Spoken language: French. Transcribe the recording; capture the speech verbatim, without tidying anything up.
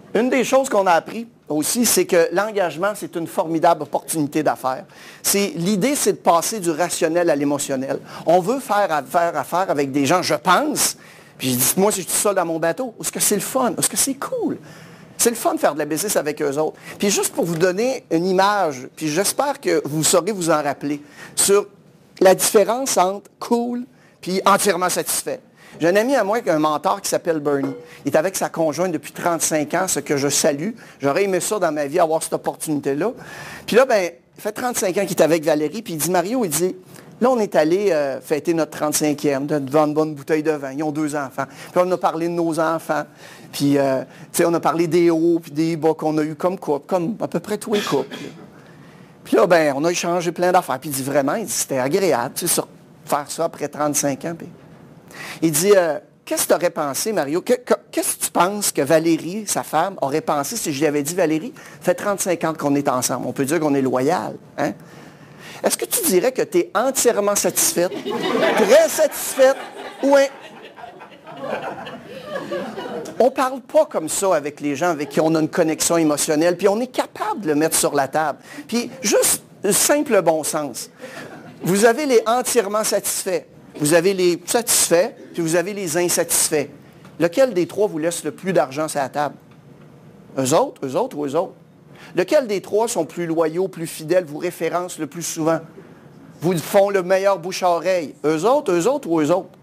Une des choses qu'on a appris aussi, c'est que l'engagement, c'est une formidable opportunité d'affaires. C'est, l'idée, c'est de passer du rationnel à l'émotionnel. On veut faire affaire, affaire avec des gens, je pense, puis je dis, moi, si je suis seul dans mon bateau, est-ce que c'est le fun? Est-ce que c'est cool? C'est le fun de faire de la business avec eux autres. Puis juste pour vous donner une image, puis j'espère que vous saurez vous en rappeler, sur la différence entre cool puis entièrement satisfait. J'ai un ami à moi qui a un mentor qui s'appelle Bernie. Il est avec sa conjointe depuis trente-cinq ans, ce que je salue. J'aurais aimé ça dans ma vie, avoir cette opportunité-là. Puis là, ben, il fait trente-cinq ans qu'il est avec Valérie, puis il dit, Mario, il dit, là, on est allé euh, fêter notre trente-cinquième, devant une bonne bouteille de vin. Ils ont deux enfants. Puis on a parlé de nos enfants. Puis, euh, tu sais, on a parlé des hauts puis des bas qu'on a eu comme couple, comme à peu près tous les couples. Puis là, ben, on a échangé plein d'affaires. Puis il dit vraiment, il dit, c'était agréable, tu sais, sur, faire ça après trente-cinq ans. Puis il dit, euh, qu'est-ce que tu aurais pensé, Mario? Que, que, qu'est-ce que tu penses que Valérie, sa femme, aurait pensé si je lui avais dit, Valérie, ça fait trente-cinq ans qu'on est ensemble. On peut dire qu'on est loyal, hein? Est-ce que tu dirais que tu es entièrement satisfaite, très satisfaite, ou un... On ne parle pas comme ça avec les gens avec qui on a une connexion émotionnelle, puis on est capable de le mettre sur la table. Puis juste simple bon sens. Vous avez les entièrement satisfaits, vous avez les satisfaits, puis vous avez les insatisfaits. Lequel des trois vous laisse le plus d'argent sur la table? Eux autres, eux autres ou eux autres? Lequel des trois sont plus loyaux, plus fidèles, vous référencent le plus souvent? Vous font le meilleur bouche à oreille? Eux autres, eux autres ou eux autres?